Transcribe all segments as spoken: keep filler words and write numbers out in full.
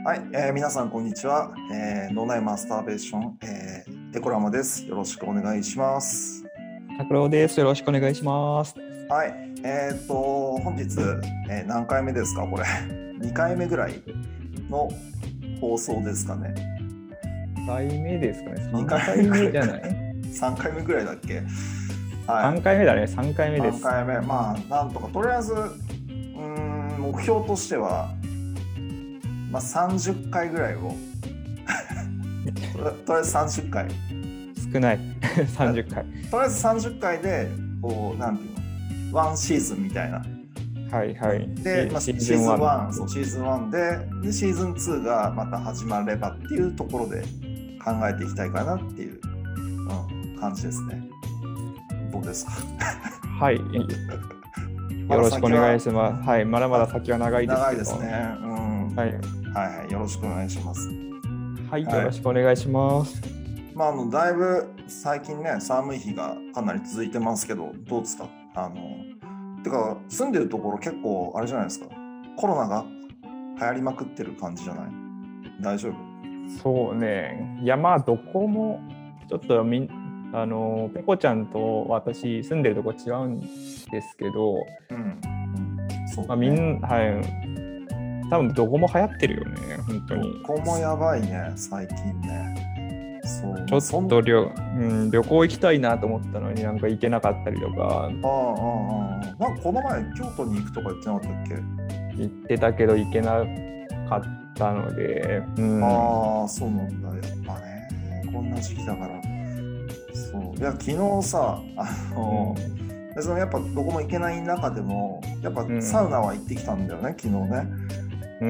はい、えー皆さんこんにちは、えー脳内マスターベーション、えーエコラマです。よろしくお願いします。 拓郎です。よろしくお願いします。 はい、えーっと本日、えー何回目ですかこれにかいめぐらいの放送ですかね。 にかいめですかね。 に 3 回回目じゃないさんかいめぐらいだっけ。はい、 ?さん 回目だね。さんかいめで 3 す。 回目、まあなんとかとりあえずうーん目標としては、まあ、さんじゅっかいぐらいをとりあえずさんじゅっかい少ない。さんじゅっかい。 とりあえずさんじゅっかいでこうなんていうのワンシーズンみたいなはいはい。 で、まあ、シーズンシーズンワン。 ワンそうシーズンワンででシーズンツーがまた始まればっていうところで考えていきたいかなっていう、うん、感じですね。どうですか？ はい。よろしくお願いします。はい。まだまだ先は長いですけど。 長いですね。うん。 はい。 はいはい、よろしくお願いします。 はい。 はいよろしくお願いします。 まあ、あのだいぶ最近ね寒い日がかなり続いてますけどどうですか？あのてか住んでるところ結構あれじゃないですか、コロナが流行りまくってる感じじゃない？大丈夫？ そうね。いや、まあ、どこも、ちょっとみん、あの、ペコちゃんと私、住んでるとこ違うんですけど、 うん、うん、そうまあ、 だね。 みんな、はい。多分どこも流行ってるよね、本当に。 ここもやばいね最近ね。そうちょっと旅、うん、旅行行きたいなと思ったのになんか行けなかったりとか。 ああああああ、なんかこの前京都に行くとか言ってなかったっけ？ 行ってたけど行けなかったので、うん、 ああそうなんだ。やっぱねこんな時期だから。そういや昨日さあの、うん、でそのやっぱどこも行けない中でもやっぱサウナは行ってきたんだよね、うん、昨日ね。 うん、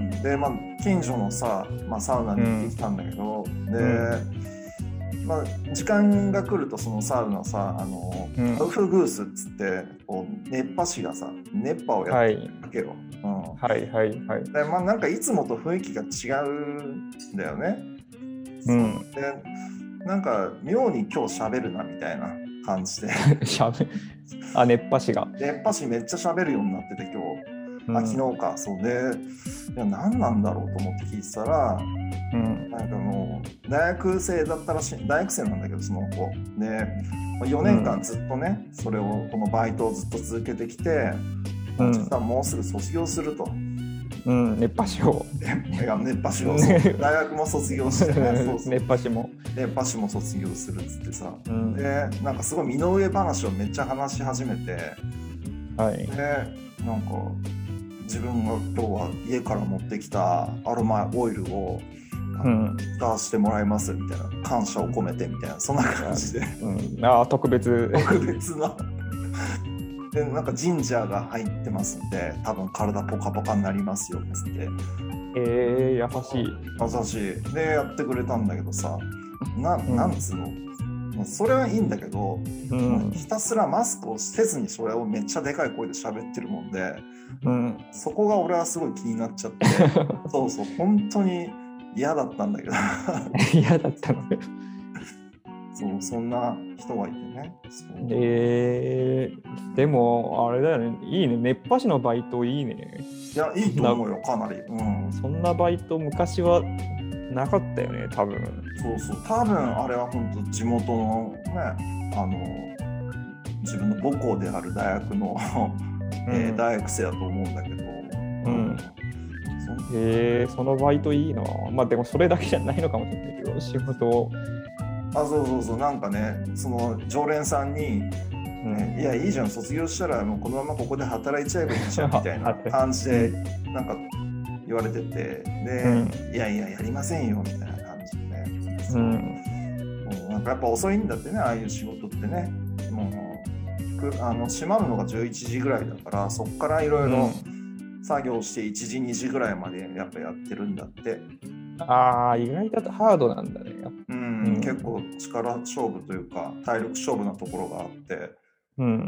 でまあ近所のさ、まあ、サウナに行ってきたんだけど、うん、で、うんまあ、時間が来るとそのサウナさあの、うん、アウフグースっつってこう熱波師がさ熱波をやってるわけよ、はいうん、 はいはいはいでまあなんかいつもと雰囲気が違うんだよね、 うん、 でなんか妙に今日喋るなみたいな感じで喋あ熱波師が熱波師めっちゃ喋るようになってて今日、うん、あ昨日かそうでいや何なんだろうと思って聞いてたら、うん、なんかもう大学生だったらしい大学生なんだけどその子でよねんかんずっとね、うん、それをこのバイトをずっと続けてきて、うん、実はもうすぐ卒業すると。 うん、熱波師を熱波師を大学も卒業してねそうそう熱波師も熱波師も卒業するっつってさ、うん、でなんかすごい身の上話をめっちゃ話し始めて、 はい、 でなんか自分が今日は家から持ってきたアロマオイルを使わせてもらいますみたいな、感謝を込めてみたいなそんな感じで、 うん、あ特別特別なでなんかジンジャーが入ってますんで多分体ポカポカになりますよっつってえー、優しい優しいでやってくれたんだけどさ な, なんつうの、うん、それはいいんだけど、うん、ひたすらマスクをせずにそれをめっちゃでかい声で喋ってるもんで、うん、そこが俺はすごい気になっちゃってそうそう本当に嫌だったんだけど嫌だったのそうそんな人がいてね。そうえー、でもあれだよねいいね熱波師のバイトいいね。 いやいいと思うよかなり、うん、 そんなバイト昔はなかったよね多分。 そうそう多分あれは本当地元のねあの自分の母校である大学の、うんえー、大学生だと思うんだけど、うんへえー、そのバイトいいな。まあでもそれだけじゃないのかもしれないけど仕事をあそうそうそうなんかねその常連さんに、うんね、いやいいじゃん卒業したらもうこのままここで働いちゃえばいいじゃんみたいな感じでなんか言われててで、うん、いやいややりませんよみたいな感じでね、うん、もうなんかやっぱ遅いんだってねああいう仕事ってねもうあの閉まるのがじゅういちじぐらいだからそこからいろいろ作業していちじにじぐらいまでやっぱやってるんだって。 ああ意外とハードなんだね。 うん、うん、結構力勝負というか体力勝負なところがあって、うん、うん、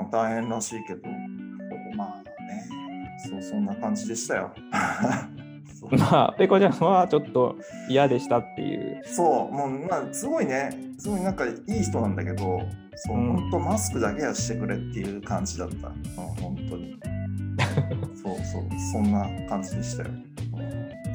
大変らしいけどまあねそうそんな感じでしたよまあペコちゃんはちょっと嫌でしたっていうそうもうまあすごいねすごいなんかいい人なんだけどそう、うん、本当マスクだけはしてくれっていう感じだった、うん、本当にそうそうそんな感じでしたよ。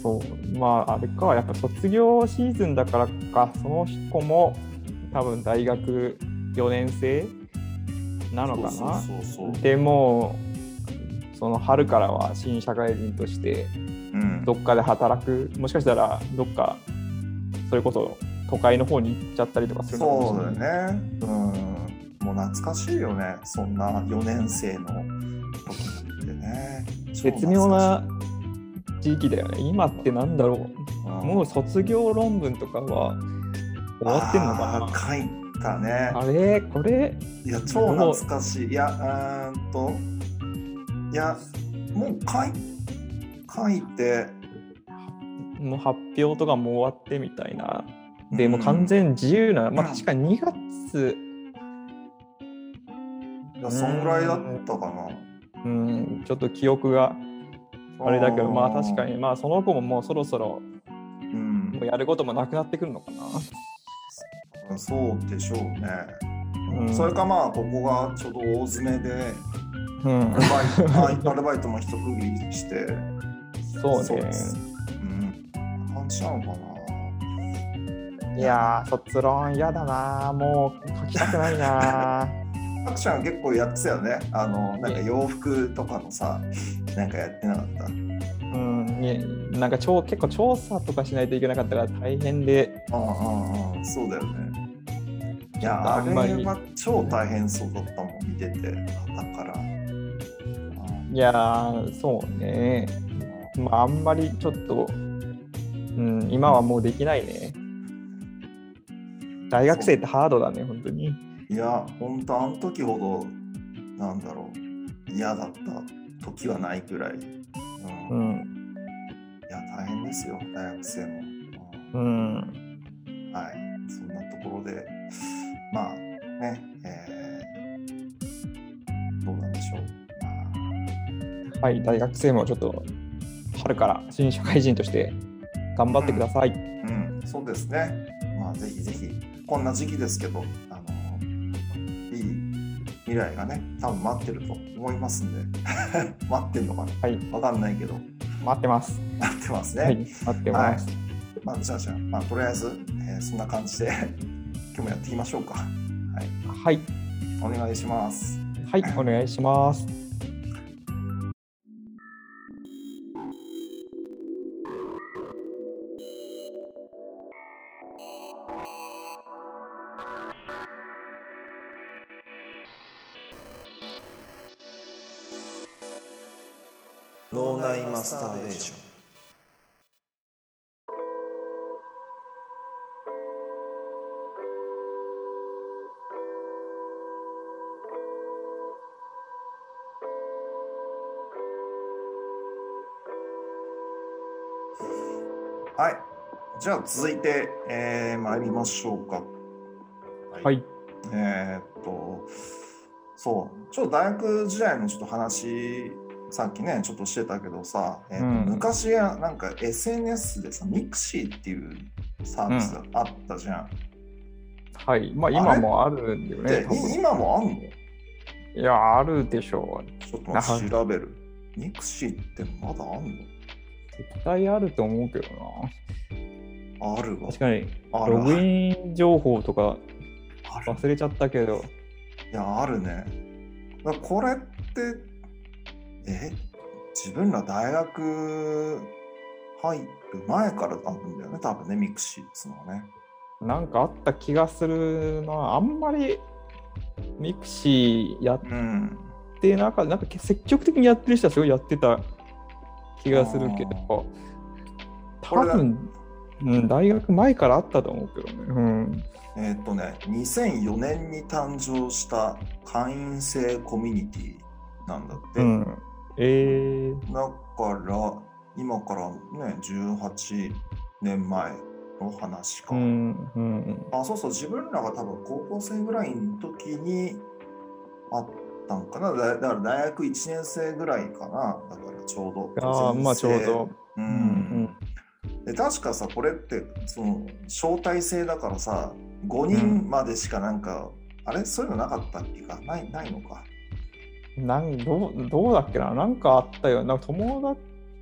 そう、まああれか、やっぱ卒業シーズンだからか、その子も多分大学よねん生なのかな。 そうそうそうそう。 でもその春からは新社会人としてどっかで働く、うん、もしかしたらどっかそれこそ都会の方に行っちゃったりとかするのかもしれない。 そうだよね。うん。もう懐かしいよね。そんなよねん生の時ってね。 絶妙な時期だよね。今ってなんだろう。うん、もう卒業論文とかは終わってんのかな。 書いたね。 あれこれ。 いや超懐かしい。いやうーんといやもう書い書いて。 もう発表とかも終わってみたいな。でもう完全自由な、うん、まあ確かににがつ、 いやそんぐらいだったかな。 うん、ちょっと記憶があれだけど、まあ確かにまあその子ももうそろそろ、うん、もうやることもなくなってくるのかな。そうでしょうね。うん、それかまあここがちょうど大詰めで、うん、アルバイトアルバイトも一区切りして、 そうね。 そう感じなのかな。 いやー卒論嫌だな。もう書きたくないな。 アクション結構やってたよね。あのなんか洋服とかのさ、なんかやってなかった。うん、 なんか超結構調査とかしないといけなかったから大変で。 ああああそうだよね。いやあれは超大変そうだったもん見てて。だから。 いやーそうね。まああんまりちょっと、うん、今はもうできないね。大学生ってハードだね本当に。 いや本当あの時ほどなんだろう嫌だった時はないくらい、うんうん、いや大変ですよ大学生も、うん、はいそんなところでまあね、えー、どうなんでしょう、 まあ、はい大学生もちょっと春から新社会人として頑張ってください。 うん、うん、そうですね。まあぜひぜひこんな時期ですけど、あのいい未来がね多分待ってると思いますんで待ってんのかな、はい、分かんないけど待ってます待ってますね、 はい、待ってます、 はい、まあじゃあじゃあ、まあ、とりあえず、えー、そんな感じで今日もやっていきましょうか。はい、 はい、 お願いします。 はいお願いします。 脳内マスターベーション。はい、じゃあ続いて、えー、参りましょうか。 はい、はい、 えー、っとそうちょっと大学時代のちょっと話さっきねちょっとしてたけどさ、えーとうん、昔はなんか エスエヌエス でさミクシーっていうサービスがあったじゃん、うん、 はいまあ今もあるんだよね。 今もあんの？ いやあるでしょう。 ちょっと待って調べる。ミクシーってまだあんの？ 絶対あると思うけどな。あるわ。 確かにログイン情報とか忘れちゃったけど。 いやあるね。だこれってえ自分ら大学入る前からあるんだよね多分ねミクシーっていうのはね。 なんかあった気がするな。あんまりミクシーやってなんか、うん、なんか積極的にやってる人はすごいやってた気がするけど多分、うん、大学前からあったと思うけどね、うん、 えーっとねにせんよねんに誕生した会員制コミュニティなんだって、うん、 えー、 だから今からねじゅうはちねんまえの話か、うんうん、あそうそう自分らが多分高校生ぐらいの時にあったんかな。だから大学いちねん生ぐらいかな。だからちょうどああまあちょうど、 うんうんうん、で確かさこれってその招待制だからさごにんまでしかなんか、うん、あれそういうのなかったっけかないないのかなんどうどうだっけななんかあったよなんか友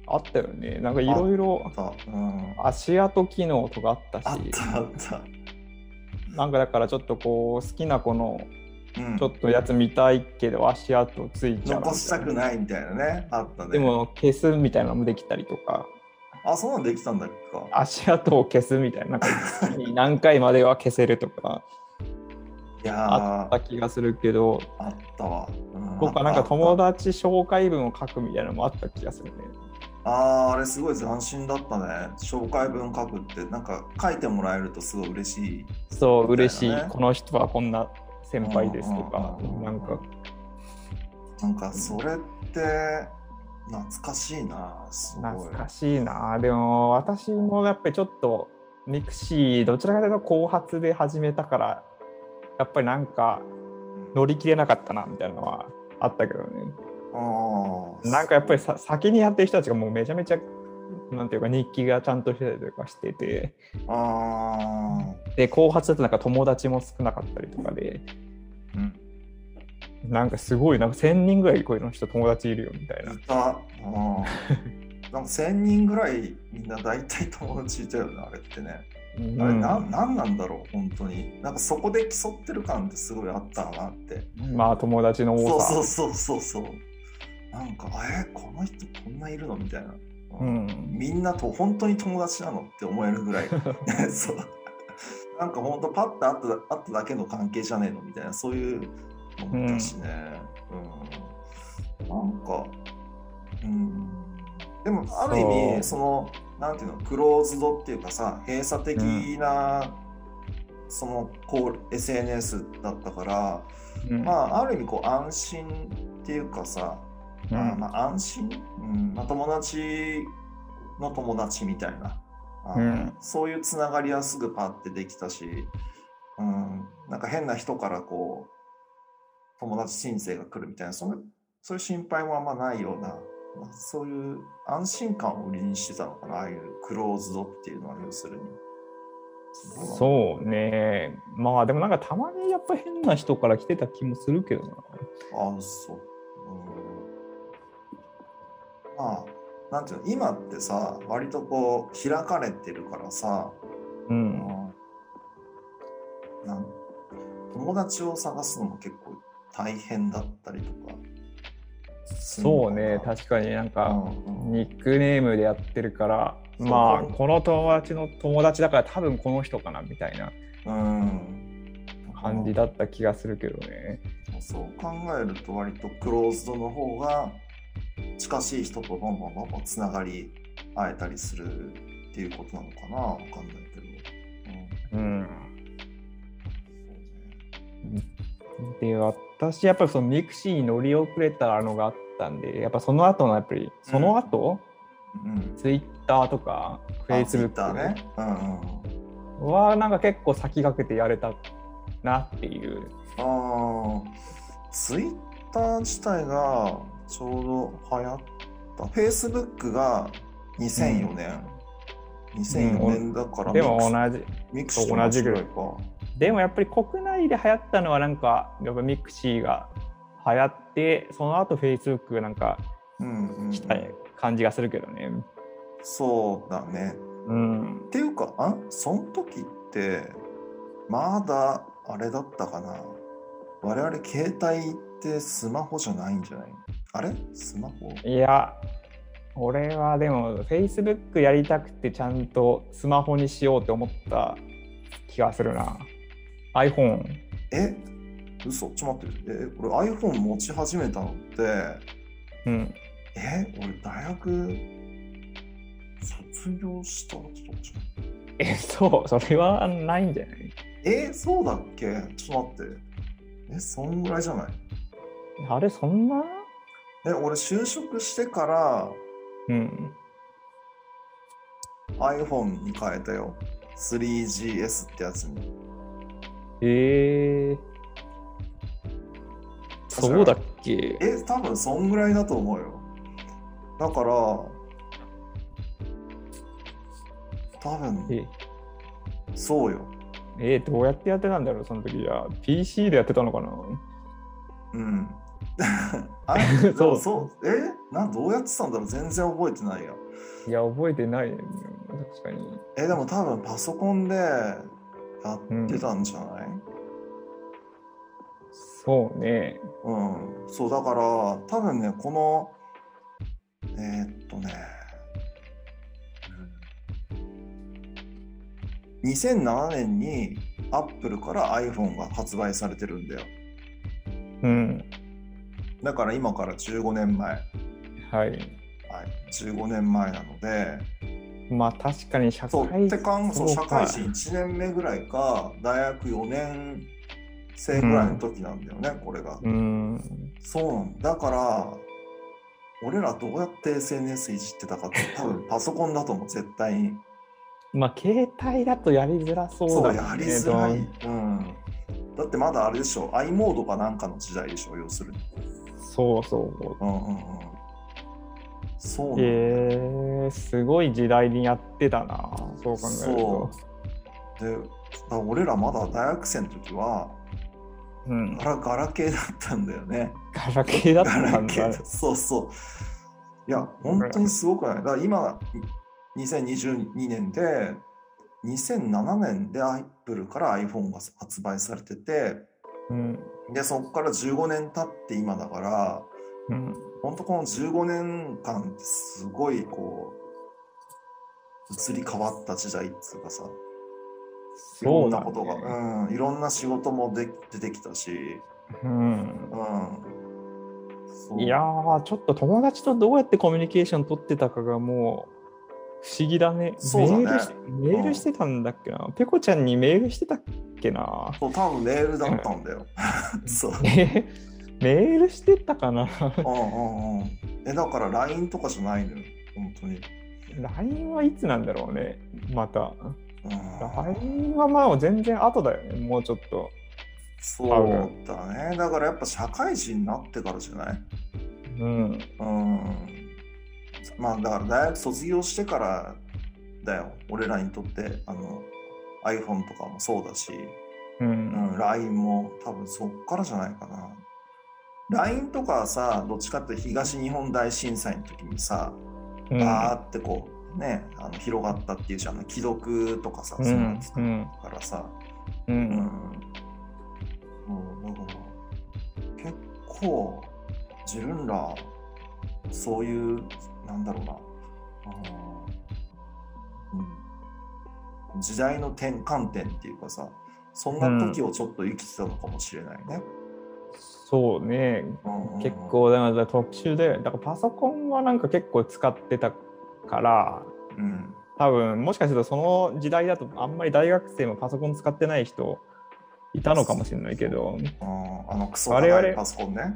あったよね。なんかいろいろ足跡機能とかあったし。 あったあった。 なんかだからちょっとこう好きな子のちょっとやつ見たいけど足跡ついちゃう、 残したくないみたいなね。あったね。 でも消すみたいなのもできたりとか。 あ、そうなんできたんだっけか。 足跡を消すみたいな。なんか何回までは消せるとか。いやあった気がするけど。 あったわ。 とかなんか友達紹介文を書くみたいなのもあった気がするね。 ああ、あれすごい斬新だったね。紹介文書くってなんか書いてもらえるとすごい嬉しい、ね。 そう、嬉しい。この人はこんな先輩ですとか、なんか。 なんかそれって懐かしいな。すごい懐かしいな。でも私もやっぱりちょっとミクシーどちらかというと後発で始めたからやっぱりなんか乗り切れなかったなみたいなのはあったけどね。あなんかやっぱりさ先にやってる人たちがもうめちゃめちゃなんていうか日記がちゃんとしてたりとかしてて、あで後発だとなんか友達も少なかったりとかで、うん、なんかすごいなんかせんにんぐらいこういうの人友達いるよみたいな。いた。あなんかせんにんぐらいみんな大体友達いたよねあれってね。あれな、なんなんだろう本当に。なんかそこで競ってる感ってすごいあったなって。 まあ友達の多さ。 そうそうそうそうそう。なんかえこの人こんないるのみたいな、うん、みんなと本当に友達なのって思えるぐらいそうなんか本当パッと会った会っただけの関係じゃねえのみたいなそういうのもだしね、うんうん、なんか、うん、でもある意味そのなんていうのクローズドっていうかさ閉鎖的な、うん、そのこう エスエヌエス だったから、うん、まあある意味こう安心っていうかさうん、まあ安心、うんまあ、友達の友達みたいな、うん、そういうつながりはすぐパッてできたし、うん、なんか変な人からこう友達申請が来るみたいなそういう、そういう心配もあんまないような、まあ、そういう安心感を売りにしてたのかなああいうクローズドっていうのは要するに。 そうねまあでもなんかたまにやっぱ変な人から来てた気もするけどな。 ああそう。まあ、なんていうの今ってさ割とこう開かれてるからさ、うん、なん友達を探すのも結構大変だったりとかそうね確かになんか、うんうん、ニックネームでやってるからまあこの友達の友達だから多分この人かなみたいな感じだった気がするけどね、 うん、そう考えると割とクローズドの方が近しい人とどんどんどんどんつながり会えたりするっていうことなのかなわかんないけど、うん、 うん、で私やっぱりそのミクシーに乗り遅れたのがあったんでやっぱその後のやっぱりその後、うん、ツイッターとかフェイスブックね、うんうん、はなんか結構先駆けてやれたなっていう。 あツイッター自体がちょうど流行った。Facebook がにせんよねん、うん、にせんよねんだから、 うん、でも同じミクシーと同じぐらいか。 でもやっぱり国内で流行ったのはなんかやっぱミクシーが流行ってその後 Facebook がなんか来た感じがするけどね、うんうんうん、 そうだね、うん、っていうかあその時ってまだあれだったかな我々携帯ってスマホじゃないんじゃないあれスマホいや俺はでも Facebook やりたくてちゃんとスマホにしようって思った気がするな iPhone え嘘ちょっと待ってえ俺 iPhone 持ち始めたのってうんえ俺大学卒業した時とかじゃんえそうそれはないんじゃないえそうだっけちょっと待ってえそんぐらいじゃないあれそんなえ俺就職してからうん iPhone に変えたよ スリージーエス ってやつにえー、そうだっけえ多分そんぐらいだと思うよだから多分えそうよえー、どうやってやってたんだろうその時は ピーシー でやってたのかなうんあそうそうえなんどうやってたんだろう、全然覚えてないよ。 いや、覚えてないね。確かに。 えでも多分パソコンでやってたんじゃない？うん、 そうね。 うん、そうだから多分ねこのえー、っとねにせんななねんにアップルから iPhone が発売されてるんだよ。 うん。 だから今からじゅうごねんまえ。 はい。 はい、じゅうごねんまえなので、 まあ確かに社会そうってかんそうそうか社会人いちねんめぐらいか大学よねん生ぐらいの時なんだよね、うん、これが。 うん。 そうなんだから俺らどうやって エスエヌエス いじってたかって多分パソコンだと思う絶対に。 まあ携帯だとやりづらそうだね。 そうやりづらい、うん、だってまだあれでしょ i モードかなんかの時代でしょ要するに。 そうそう。 うんうんうん。そうなんだ。 えー、すごい時代にやってたな、そう考えると。 そうでだ俺らまだ大学生の時は、うん、ガラガラケーだったんだよね。 ガラケーだったんだ。 そうそう。いや本当にすごくない。だから今にせんにじゅうにねんでにせんななねんで Apple から iPhone が発売されてて、うん、でそこからじゅうごねん経って今だから、うん、本当このじゅうごねんかんってすごいこう移り変わった時代っていうかさ、いろんなことが、う、ね、うん、いろんな仕事もで出てきたし、うんうん、いやーちょっと友達とどうやってコミュニケーション取ってたかがもう不思議だね。 そうだね。 メールし、メールしてたんだっけな、うん、ペコちゃんにメールしてたっけな。 そう多分メールだったんだよ。そうメールしてたかな。 うんうんうん。えだから ライン とかじゃないのよ本当に。 ライン はいつなんだろうねまた。ライン はまあ全然後だよね、もうちょっと。 そうだね。だからやっぱ社会人になってからじゃない？うん。うん。まあだから大学卒業してからだよ。俺らにとってあの iPhone とかもそうだし、うんうん、ライン も多分そっからじゃないかな。ライン とかさ、どっちかって東日本大震災の時にさ、バーってこうね、あの広がったっていうじゃん、既読とかさ、そうなんですからさ、うんうん、もうだから結構自分らそういうなんだろうな、うん、時代の転換点っていうかさ、そんな時をちょっと生きてたのかもしれないね。うん、 そうね、うんうん、結構だから特殊で、だからパソコンはなんか結構使ってたから、うん、多分もしかするとその時代だとあんまり大学生もパソコン使ってない人いたのかもしれないけど、 あのクソ高いパソコンね。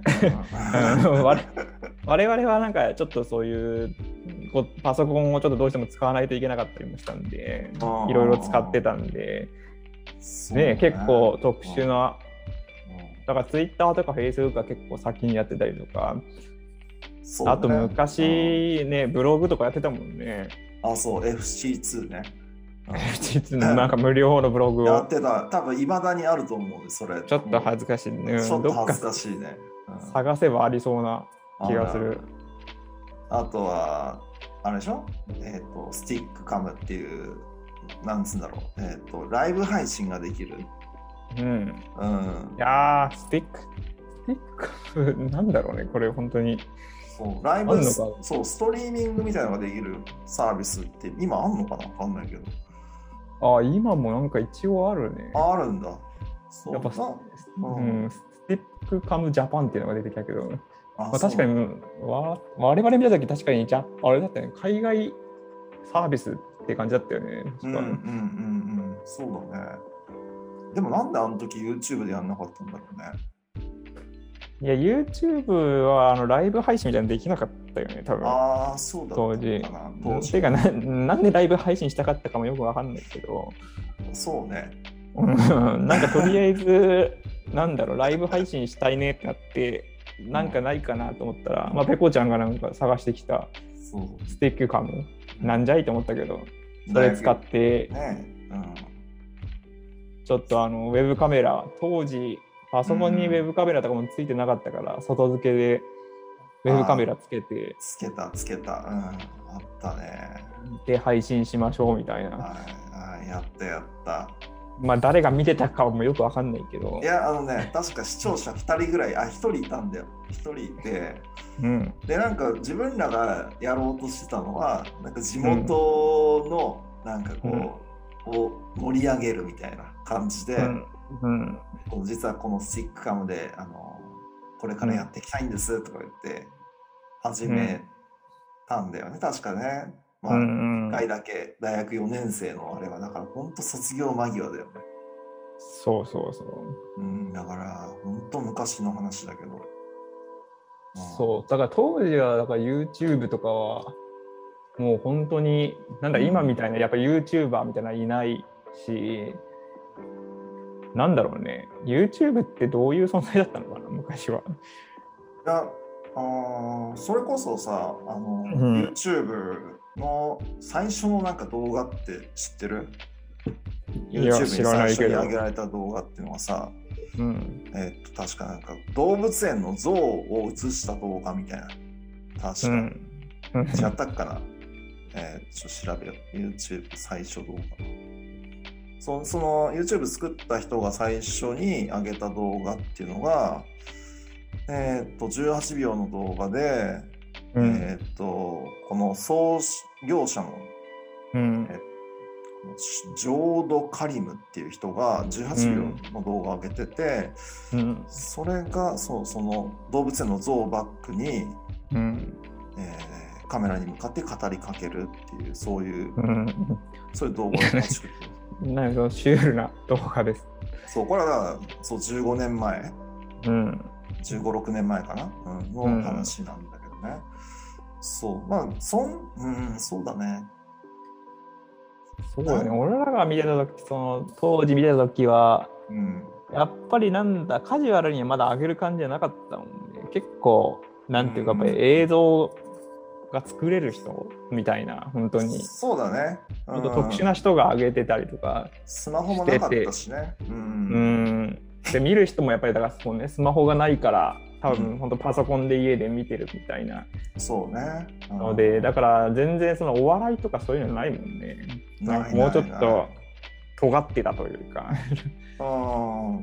我々はなんかちょっとそういうこうパソコンをちょっとどうしても使わないといけなかったりもしたんで、いろいろ使ってたんで、ね、結構特殊な、だからツイッターとかフェイスブックは結構先にやってたりとか、ね、あと昔ね、ブログとかやってたもんね。 あ、そう、エフシーツー ね。 エフシーツー のなんか無料のブログをやってた。多分いまだにあると思う、それ。 ちょっと恥ずかしいね。 ちょっと恥ずかしいね。 うん、探せばありそうな気がする。 あとは、あれでしょ、えっと、スティックカムっていう、なんつうんだろう、えっと、ライブ配信ができる。 うん。うん。いやー、スティック、スティック、なんだろうね、これ本当に。 そうライブそうストリーミングみたいなのができるサービスって今あんのかな、わかんないけど。 ああ、今もなんか一応あるね。 あるんだ。 そうやっぱ、うん、スティックカムジャパンっていうのが出てきたけど、あまあ、確かにわ我々見たとき確かにじゃあれだったね、海外サービスって感じだったよね。 うんうんうんうん、そうだね。でもなんであの時 YouTube でやんなかったんだろうね。 いや、YouTube はあのライブ配信みたいなのできなかったよね、多分。 ああ、そうだった当時。当時。てかな、なんでライブ配信したかったかもよくわかんないけど。 そうね。 なんかとりあえず、なんだろう、ライブ配信したいねってなって、なんかないかなと思ったら、まあ、ペコちゃんがなんか探してきたスティックカム、なんじゃいと思ったけど、それ使って、ねうん、ちょっとあのウェブカメラ、当時、 パソコンにウェブカメラとかもついてなかったから、外付けでウェブカメラつけて。 つけた、つけた。うん。あったね。 で、配信しましょうみたいな。 はいはい、やったやった。 まあ、誰が見てたかもよくわかんないけど。 いや、あのね、確か視聴者ふたりぐらい、あ、ひとりいたんだよ。ひとりいて。うん、で、なんか自分らがやろうとしてたのは、なんか地元の、なんかこう、うん、を盛り上げるみたいな感じで、うんうん、こう実はこのスティックカムで、あの、これからやっていきたいんですとか言って始めたんだよね、うん、確かね。まあ、いっかいだけ大学よねん生のあれは、だから本当卒業間際だよね。 そうそうそう。 うん、だから本当昔の話だけど。 うん、そう、だから当時はだから YouTube とかはもう本当になんだ、今みたいなやっぱ YouTuber みたいなのいないし、なんだろうね、YouTube ってどういう存在だったのかな、昔は。 いや、あ、それこそさ、あの、うん、YouTube の最初のなんか動画って知ってる？ YouTube に最初に上げられた動画っていうのはさ、うん、えー、っと確かなんか動物園の象を映した動画みたいな、確か、うん、違ったっかな、えー、ちょっと調べよう。 YouTube 最初動画、そ, その YouTube 作った人が最初に上げた動画っていうのが、えー、っとじゅうはちびょうの動画で、うん、えー、っとこの創業者の、うん、えジョード・カリムっていう人がじゅうはちびょうの動画を上げてて、うん、それがそうその動物園の象をバックに、うん、えー、カメラに向かって語りかけるっていうそういう、うん、そういう動画らしくてなんかシュールな動画です。 そう、これはそうじゅうごねんまえ、うん、じゅうご、ろくねんまえかな、うん、の話なんだけどね、うん、そうまあそん、うん、そうだね。 そうだね、俺らが見てた時、その当時見てた時は、うん、やっぱりなんだカジュアルにはまだ上げる感じじゃなかったもんね。結構なんていうか、やっぱり映像が作れる人みたいな、本当にそうだね、 うん、本当特殊な人が上げてたりとかスマホもなかったしね、うん、 うんで見る人もやっぱりだからそう、ね、スマホがないから多分本当パソコンで家で見てるみたいな、 うん、そうね、 うん、のでだから全然そのお笑いとかそういうのないもんね。なんかもうちょっと尖ってたというかうん、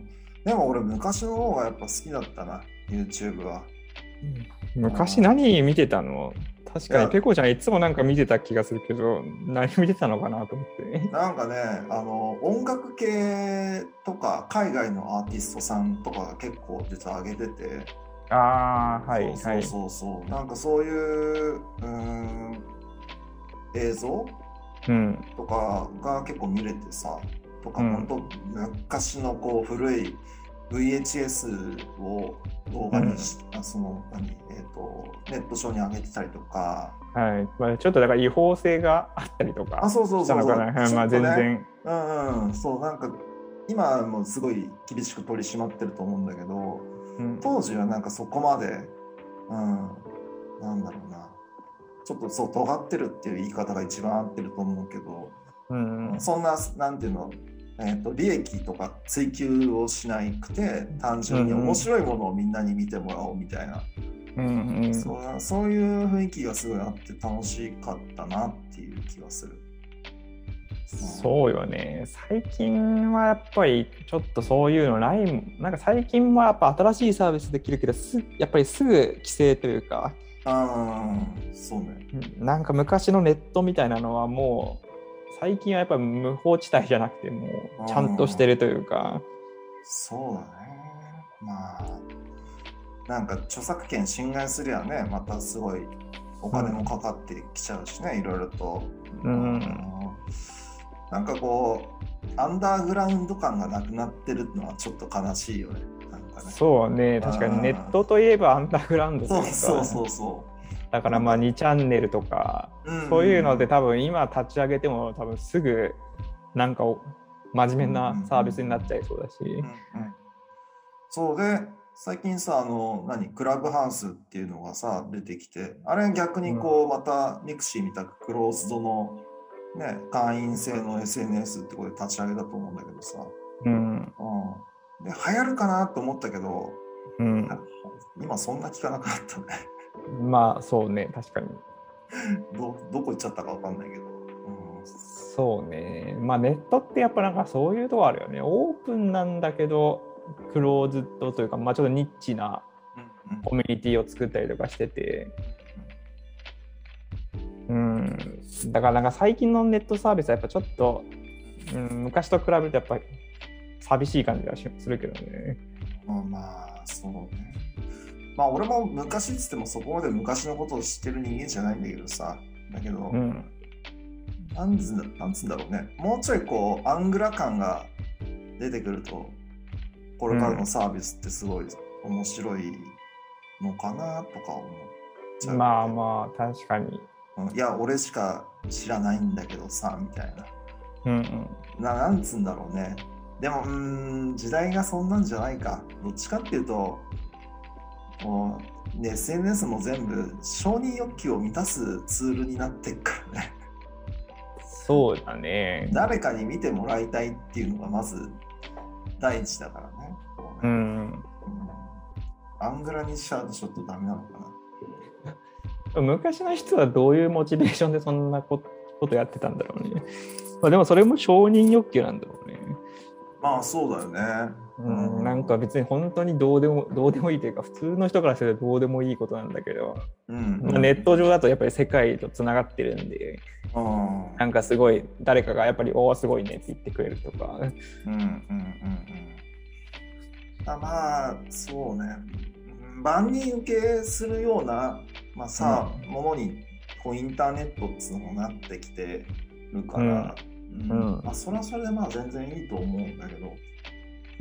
でも俺昔の方がやっぱ好きだったな YouTube は。 昔何見てたの？確かにペコちゃんいつもなんか見てた気がするけど、何見てたのかなと思って。 なんかね、あの音楽系とか海外のアーティストさんとかが結構実は上げてて、 ああ、はい、 そうそうそう、はい、なんかそういう、うーん、映像、うん、とかが結構見れてさ、とか、うん、本当昔のこう古い ブイエイチエス を動画にし、うん、その何、えーと、ネット上に上げてたりとか、 はい、まあ、ちょっとだから違法性があったりとかしたのかな、まあ、全然、 うんうん、そうなんか今もすごい厳しく取り締まってると思うんだけど、うん、当時はなんかそこまで、うん、なんだろうな、ちょっとそう尖ってるっていう言い方が一番合ってると思うけど、うんうん、そんななんていうの、えーと、利益とか追求をしなくて単純に面白いものをみんなに見てもらおうみたいな、うんうん、そう、そういう雰囲気がすごいあって楽しかったなっていう気がする。 そうよね。最近はやっぱりちょっとそういうのない。なんか最近はやっぱ新しいサービスできるけどすやっぱりすぐ規制というか、 あー、そうね。 なんか昔のネットみたいなのはもう最近はやっぱり無法地帯じゃなくてもうちゃんとしてるというか。 そうだね。まあなんか著作権侵害すりゃね、またすごいお金もかかってきちゃうしね、うん、いろいろと、うん、なんかこうアンダーグラウンド感がなくなってるのはちょっと悲しいよね。なんかね、 そうね、確かにネットといえばアンダーグラウンドというか、 そうそうそうだからまあにチャンネルとか、うん、そういうので多分今立ち上げても多分すぐなんか真面目なサービスになっちゃいそうだし、うんうんうん、 そうで最近さ、あの何クラブハウスっていうのがさ出てきて、あれ逆にこう、うん、またミクシーみたくクローズドのね会員制の エスエヌエス ってことで立ち上げだと思うんだけどさ、うん、うん、 で流行るかなと思ったけど、 うん、 今そんな聞かなかったね。 まあそうね、確かに。 どどこ行っちゃったかわかんないけど、うん、 そうね、まあネットってやっぱなんかそういうとこあるよね。オープンなんだけどクローズドというか、まあちょっとニッチなコミュニティを作ったりとかしてて、うん、だからなんか最近のネットサービスはやっぱちょっと、うん、昔と比べるとやっぱり寂しい感じがするけどね。 うん、まあそうね。まあ俺も昔っつってもそこまで昔のことを知ってる人間じゃないんだけどさ、だけど、うん、なんつなんつうんだろうね、もうちょいこうアングラ感が出てくるとこれからのサービスってすごい面白いのかなとか思っちゃう、ね、 まあまあ確かに、 うん、いや俺しか知らないんだけどさみたいな、 うんうん、 な, なんつうんだろうね。でもうーん時代がそんなんじゃないか。どっちかっていうともう、ね、エスエヌエス も全部承認欲求を満たすツールになってっからね。 そうだね。 誰かに見てもらいたいっていうのがまず第一だからね。こうね、うんうん、アングラにしちゃうとちょっとダメなのかな。昔の人はどういうモチベーションでそんなことやってたんだろうね。まあ、でもそれも承認欲求なんだろうね。 まあそうだよね。 うん、なんか別に本当にどうでもどうでもいいというか普通の人からするとどうでもいいことなんだけど、うんうん、まあ、ネット上だとやっぱり世界とつながってるんで、うん、なんかすごい誰かがやっぱりおおすごいねって言ってくれるとか、うんうんうんうん、 あまあそうね、万人受けするような、まあ、さ、うん、ものにこうインターネットっていうのがなってきてるから、うんうんまあ、それはそれでまあ全然いいと思うんだけど、うん、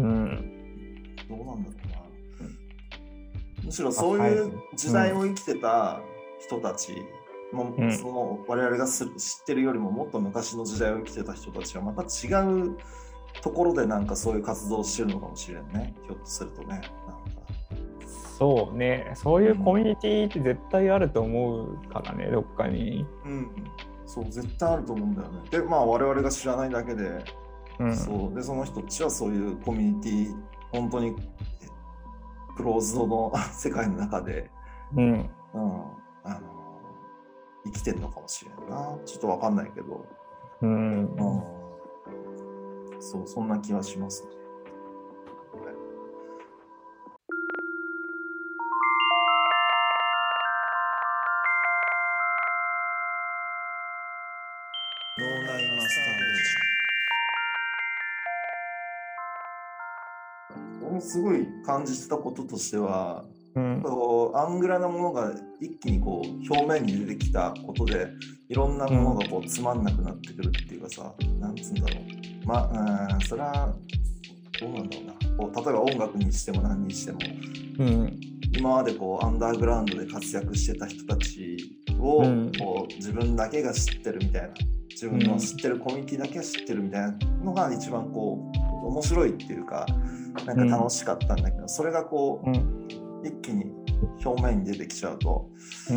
どうなんだろうな、うん、むしろそういう時代を生きてた人たちも、うん、その我々が知ってるよりももっと昔の時代を生きてた人たちはまた違うところでなんかそういう活動をしてるのかもしれんね、ひょっとするとね。なんかそうね、そういうコミュニティって絶対あると思うからね、うん、どっかに。 うん、そう絶対あると思うんだよね。でまあ我々が知らないだけで、うん、そうでその人たちはそういうコミュニティ本当にクローズドの世界の中で、うんうん、あの生きてるのかもしれんな。ちょっと分かんないけど、うんうん、そうそんな気はしますね。脳内マスターベーション。俺すごい感じてたこととしては、うん、アングラなものが一気にこう表面に出てきたことでいろんなものがこうつまんなくなってくるっていうかさ、うん、なんつうんだろう、まあ、うん、それはどうなんだろうな、こう例えば音楽にしても何にしても、うん、今までこうアンダーグラウンドで活躍してた人たちをこう自分だけが知ってるみたいな、自分の知ってるコミュニティだけが知ってるみたいなのが一番こう面白いっていうか、なんか楽しかったんだけど、うん、それがこう、うん、一気に表面に出てきちゃうと、うん、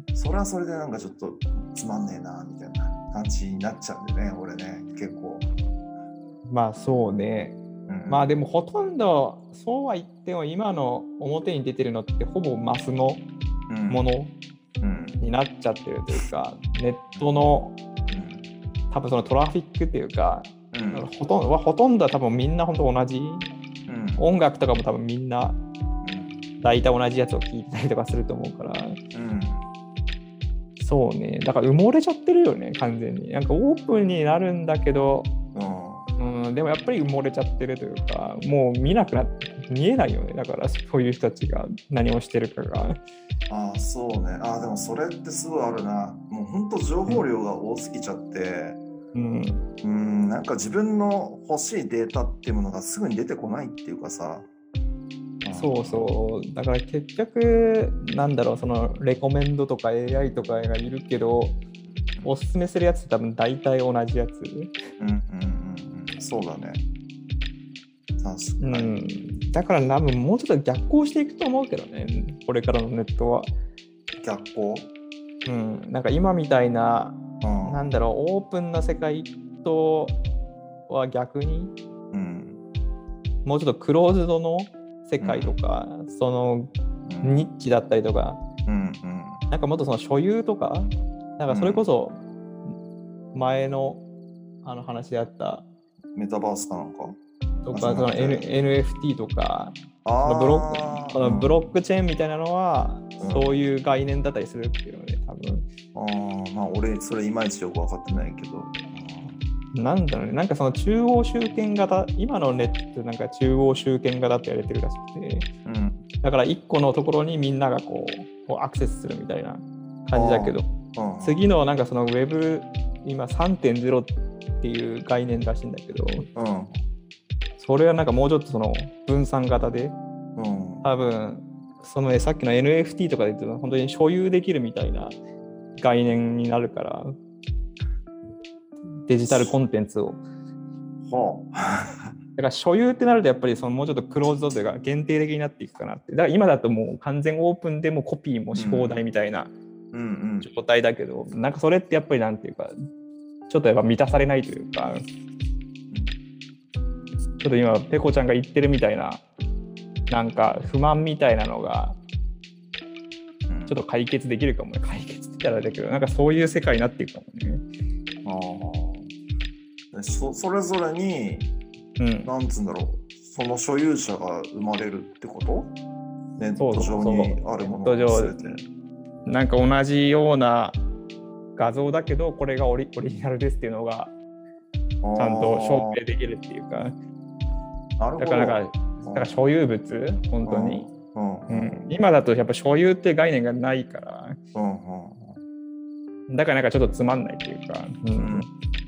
それはそれでなんかちょっとつまんねえなみたいな感じになっちゃうんでね、俺ね、結構。 まあそうね、うん、まあでもほとんどそうは言っても今の表に出てるのってほぼマスのものになっちゃってるというか、うん、ネットの多分そのトラフィックっていうか、うん、ほとんどほとんどは多分みんな本当同じ、うん、音楽とかも多分みんな大体同じやつを聴いてたりとかすると思うから、うん、そうね、だから埋もれちゃってるよね完全に。なんかオープンになるんだけど、うんうん、でもやっぱり埋もれちゃってるというか、もう見なくなって見えないよね。だからそういう人たちが何をしてるかが。 ああそうね、ああでもそれってすごいあるな。もうほんと情報量が多すぎちゃって、うん、うんなんか自分の欲しいデータっていうものがすぐに出てこないっていうかさ。 そうそうだから結局なんだろう、そのレコメンドとか エーアイ とかがいるけどおすすめするやつって多分大体同じやつ。うんうんうん、そうだね。確かに、 うん、だから多分もうちょっと逆行していくと思うけどね、これからのネットは。 逆行？ うん、なんか今みたいな、うん、なんだろう、オープンな世界とは逆に、うん、 もうちょっとクローズドの世界とか、うん、そのニッチだったりとか、うんうん、なんかもっとその所有とか、なんかそれこそ前のあの話であったメタバースかなんかとか、その N- エヌエフティー とか、そのブロック、そのブロックチェーンみたいなのは、うん、そういう概念だったりするっていうので、多分。 ああ、まあ俺それいまいちよく分かってないけど。 なんだろうね、なんかその中央集権型、今のネットってなんか中央集権型って言われてるらしくて、うん、だから一個のところにみんながこう、こうアクセスするみたいな感じだけど、次のなんかそのウェブ、今 さんてんゼロ っていう概念らしいんだけど、うん、それはなんかもうちょっとその分散型で、うん、多分その、ね、さっきの エヌエフティー とかで言うと本当に所有できるみたいな概念になるから、デジタルコンテンツを。はあ、だから所有ってなるとやっぱりそのもうちょっとクローズドというか限定的になっていくかなって。だから今だともう完全オープンでもコピーもし放題みたいな状態だけど、うんうんうん、なんかそれってやっぱりなんていうかちょっとやっぱ満たされないというか、ちょっと今ペコちゃんが言ってるみたいななんか不満みたいなのがちょっと解決できるかもね。解決って言ったらあれだけど、なんかそういう世界になっていくかもね。 ああ、そ, それぞれに、うん、なんつうんだろう、その所有者が生まれるってこと？ネット上にあるものを全て。 なんか同じような画像だけど、これがオ リ, オリジナルですっていうのがちゃんと証明できるっていうか。 なるほど。 だからなんか、だから所有物、本当に。うんうん、今だとやっぱ所有って概念がないから、うんうん、だからなんかちょっとつまんないっていうか、うんうん、 なる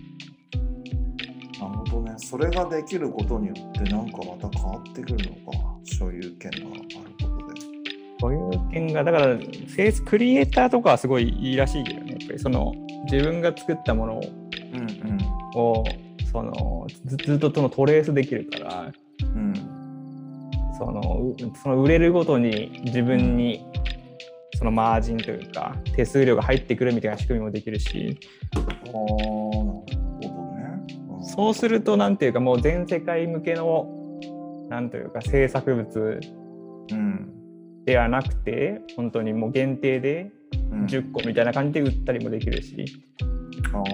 ほどね。それができることによってなんかまた変わってくるのか、所有権があることで。 所有権がだからフェイスクリエイターとかはすごいいいらしいけどね。やっぱりその自分が作ったものを、うんうん、をその ず, ずっとそのトレースできるから。うんその、その売れるごとに自分にそのマージンというか手数料が入ってくるみたいな仕組みもできるし、あー、なるほどね。そうするとなんていうかもう全世界向けのなんというか制作物ではなくて、うん、本当にもう限定でじゅっこみたいな感じで売ったりもできるし、うん、あ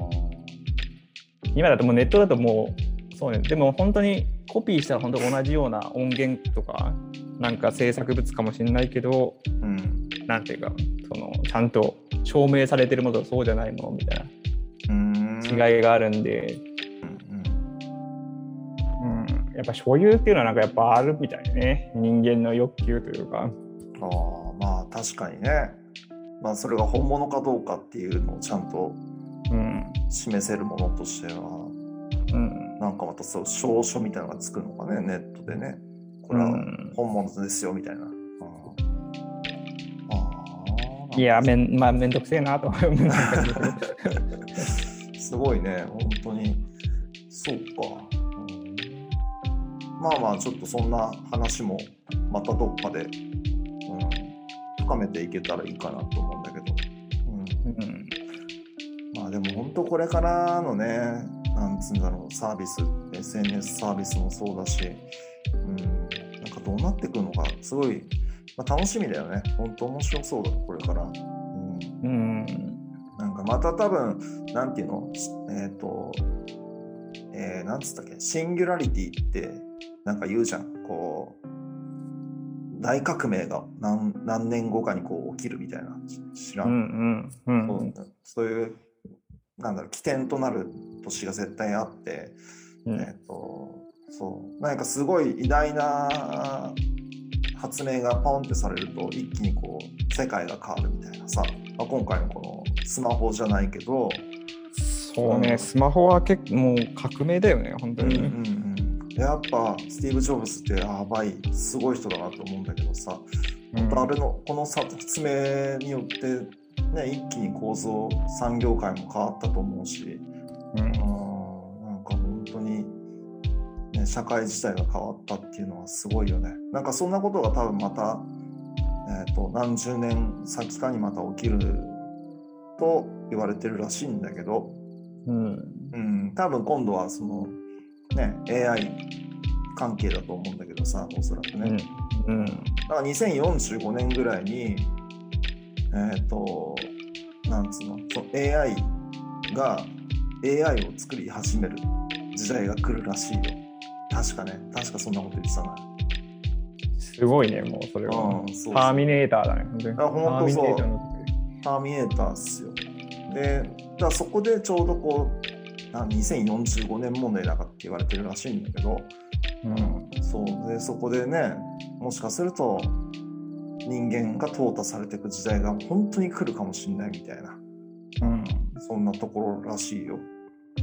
今だともうネットだともうそうね、でも本当にコピーしたら本当同じような音源とかなんか制作物かもしれないけど、うん、なんていうかそのちゃんと証明されてるものとそうじゃないものみたいな違いがあるんで、うんうん、やっぱ所有っていうのはなんかやっぱあるみたいね、人間の欲求というか。 あまあ確かにね、まあ、それが本物かどうかっていうのをちゃんと示せるものとしては、うん、なんかまたそう証書みたいなのがつくのかね、ネットでね、これは本物ですよみたいな、うん、 あいやめん、まあ、めんどくせえなと思うすごいね、本当にそうか、うん、まあまあちょっとそんな話もまたどっかで、うん、深めていけたらいいかなと思うんだけど、うんうん、まあでも本当これからのね、なんつうんだろう、サービス エスエヌエス サービスもそうだし、うん、なんかどうなってくるのかすごい、まあ、楽しみだよね。本当面白そうだこれから、うんうん、なんかまた多分なんていうの、えっと、えー、なんつったっけ、シンギュラリティってなんか言うじゃん、こう大革命が 何, 何年後かにこう起きるみたいな、知らん、うんうんうん、そう、そういうなんだろう、起点となる年が絶対あって、うん、えーと、そうなんかすごい偉大な発明がポンってされると一気にこう世界が変わるみたいなさ、まあ、今回のこのスマホじゃないけど、 そうね、うん、スマホは結構もう革命だよね本当に、うんうんうん、やっぱスティーブ・ジョブズってやばいすごい人だなと思うんだけどさ、うん、あれのこの発明によってね、一気に構造産業界も変わったと思うし、うん、あなんか本当に、ね、社会自体が変わったっていうのはすごいよね。なんかそんなことが多分また、えーと、何十年先かにまた起きると言われてるらしいんだけど、うんうん、多分今度はその、ね、エーアイ関係だと思うんだけどさ、おそらくね。 うんうん、 だからにせんよんじゅうごねんぐらいに、えっと、なんつうの、その エーアイ が エーアイ を作り始める時代が来るらしいよ。確かね、確かそんなこと言ってたな。 すごいね、もうそれは。うん、そうそう、ターミネーターだね、本当に。 あ、本当そう。ターミネーターっすよ。で、だからそこでちょうどこう、にせんよんじゅうごねん問題だかって言われてるらしいんだけど、うん、そうで、そこでね、もしかすると人間が淘汰されていく時代が本当に来るかもしれないみたいな、うん、そんなところらしいよ。うん、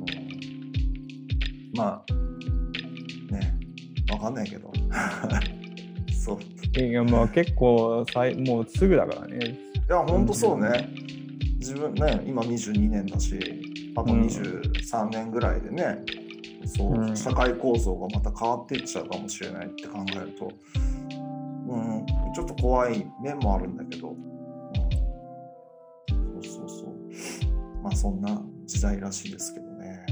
まあね、わかんないけどそう。 いや、まあ結構さいもうすぐだからね。 いや、ほんとそうね。自分ね、今にじゅうにねんだし、あとにじゅうさんねんぐらいでね、うん、そう、うん、社会構造がまた変わっていっちゃうかもしれないって考えると、うん、ちょっと怖い面もあるんだけど、うん、そうそうそう。まあそんな時代らしいですけどね。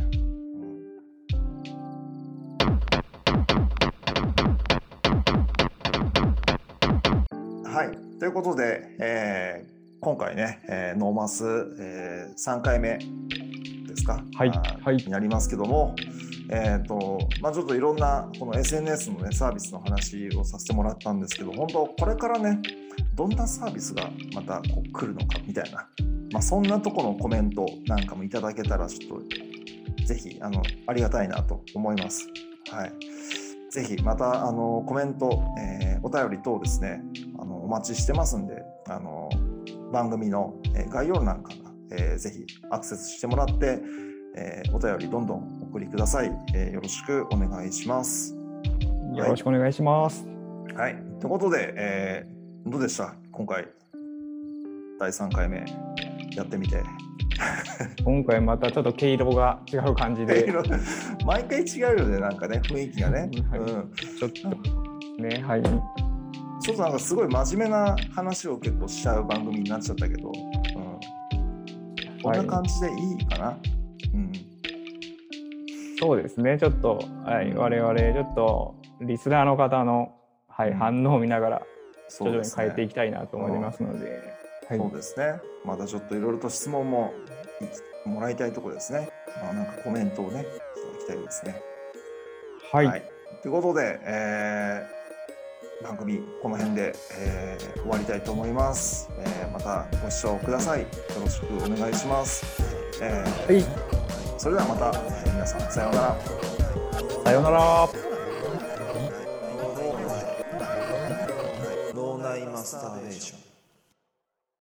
うん、はい。ということで、えー今回ね、えー、ノーマス、えー、さんかいめですか、 はいはい、 になりますけども、えーとまあ、ちょっといろんなこの エスエヌエス の、ね、サービスの話をさせてもらったんですけど、本当これからね、どんなサービスがまたこう来るのかみたいな、まあ、そんなところのコメントなんかもいただけたらちょっとぜひあのありがたいなと思います。はい、ぜひまたあのコメント、えー、お便り等ですね、あのお待ちしてますんで、あの番組の概要欄から、えー、ぜひアクセスしてもらって、えー、お便りどんどんお送りください、えー、よろしくお願いします。 よろしくお願いします。 はい、ということで、えー、どうでした今回だいさんかいめやってみて。 今回またちょっと毛色が違う感じで毎回違うよね、なんかね、雰囲気がね、はい、うん、 ちょっとね、はい、 ちょっとなんかすごい真面目な話を結構しちゃう番組になっちゃったけど、うん、こんな感じでいいかな、はい、うん、 そうですね、ちょっと、はい、我々ちょっとリスナーの方の、はい、うん、反応を見ながら徐々に変えていきたいなと思いますので、 そうですね、うん、はい、そうですね、またちょっといろいろと質問ももらいたいところですね、まあ、なんかコメントをねいただきたいですね。 はい、はい、 ということで、えー番組この辺で、えー、終わりたいと思います、えー、またご視聴ください。よろしくお願いします、えーはい、それではまた、えー、皆さんさようなら。 さようなら。 脳内マスターベーション。